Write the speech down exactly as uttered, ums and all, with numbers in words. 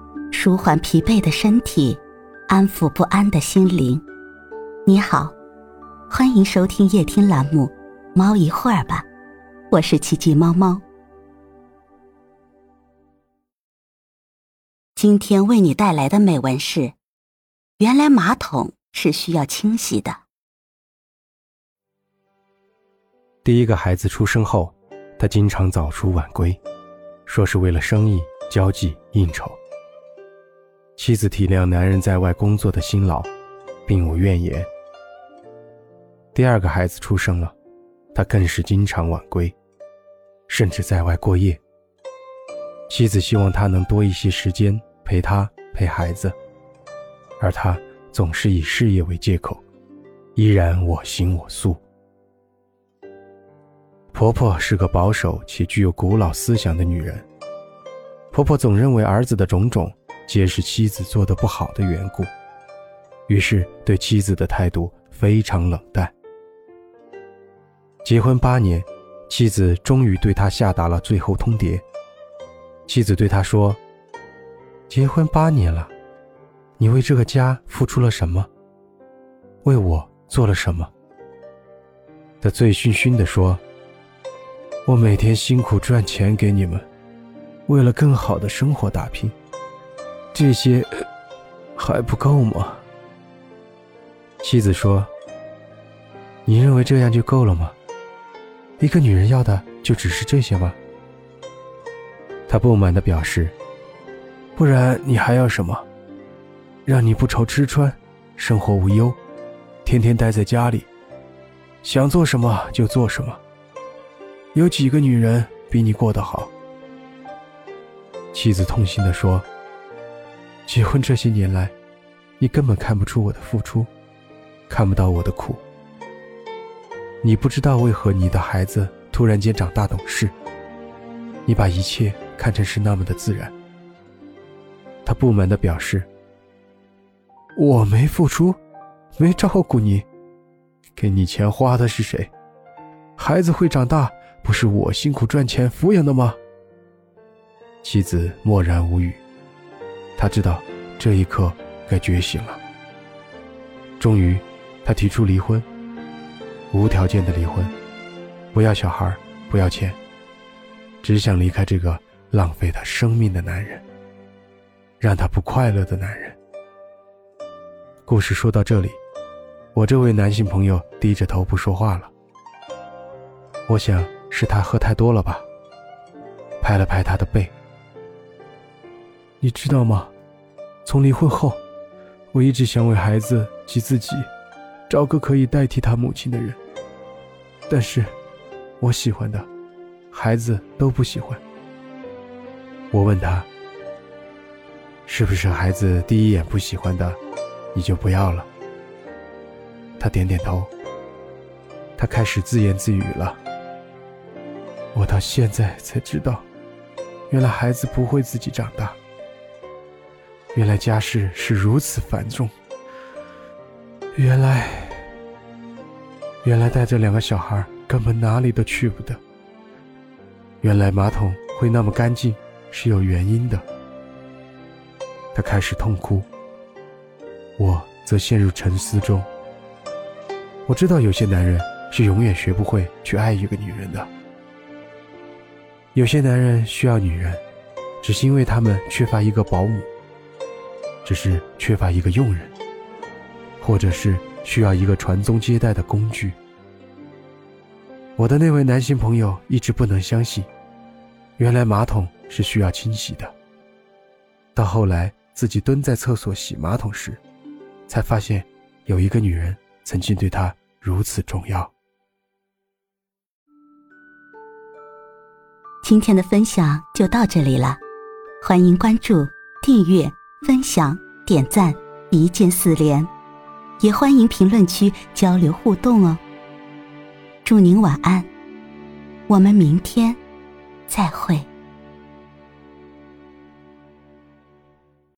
舒缓疲惫的身体，安抚不安的心灵。你好，欢迎收听夜听栏目《猫一会儿吧》，我是奇迹猫猫。今天为你带来的美文是：原来马桶是需要清洗的。 第一个孩子出生后，他经常早出晚归，说是为了生意、交际、应酬。妻子体谅男人在外工作的辛劳，并无怨言。第二个孩子出生了，他更是经常晚归，甚至在外过夜。妻子希望他能多一些时间陪他陪孩子，而他总是以事业为借口，依然我行我素。婆婆是个保守且具有古老思想的女人，婆婆总认为儿子的种种皆是妻子做得不好的缘故，于是对妻子的态度非常冷淡。结婚八年，妻子终于对他下达了最后通牒。妻子对他说：结婚八年了，你为这个家付出了什么？为我做了什么？他醉醺醺地说：我每天辛苦赚钱给你们，为了更好的生活打拼，这些还不够吗？妻子说：你认为这样就够了吗？一个女人要的就只是这些吗？他不满地表示：不然你还要什么？让你不愁吃穿，生活无忧，天天待在家里，想做什么就做什么。有几个女人比你过得好？妻子痛心地说：结婚这些年来，你根本看不出我的付出，看不到我的苦。你不知道为何你的孩子突然间长大懂事，你把一切看成是那么的自然。他不满地表示：我没付出，没照顾你，给你钱花的是谁？孩子会长大，不是我辛苦赚钱抚养的吗？妻子默然无语，他知道这一刻该觉醒了。终于他提出离婚，无条件的离婚，不要小孩，不要钱，只想离开这个浪费他生命的男人，让他不快乐的男人。故事说到这里，我这位男性朋友低着头不说话了。我想是他喝太多了吧，拍了拍他的背。你知道吗？从离婚后，我一直想为孩子及自己找个可以代替他母亲的人，但是我喜欢的孩子都不喜欢。我问他，是不是孩子第一眼不喜欢的你就不要了？他点点头。他开始自言自语了：我到现在才知道，原来孩子不会自己长大，原来家事是如此繁重，原来原来带着两个小孩根本哪里都去不得，原来马桶会那么干净是有原因的。他开始痛哭，我则陷入沉思中。我知道有些男人是永远学不会去爱一个女人的，有些男人需要女人，只是因为他们缺乏一个保姆，只是缺乏一个佣人，或者是需要一个传宗接代的工具。我的那位男性朋友一直不能相信，原来马桶是需要清洗的。到后来自己蹲在厕所洗马桶时，才发现有一个女人曾经对他如此重要。 今天的分享就到这里了，欢迎关注、订阅、分享、点赞，一键四连，也欢迎评论区交流互动哦。祝您晚安，我们明天再会。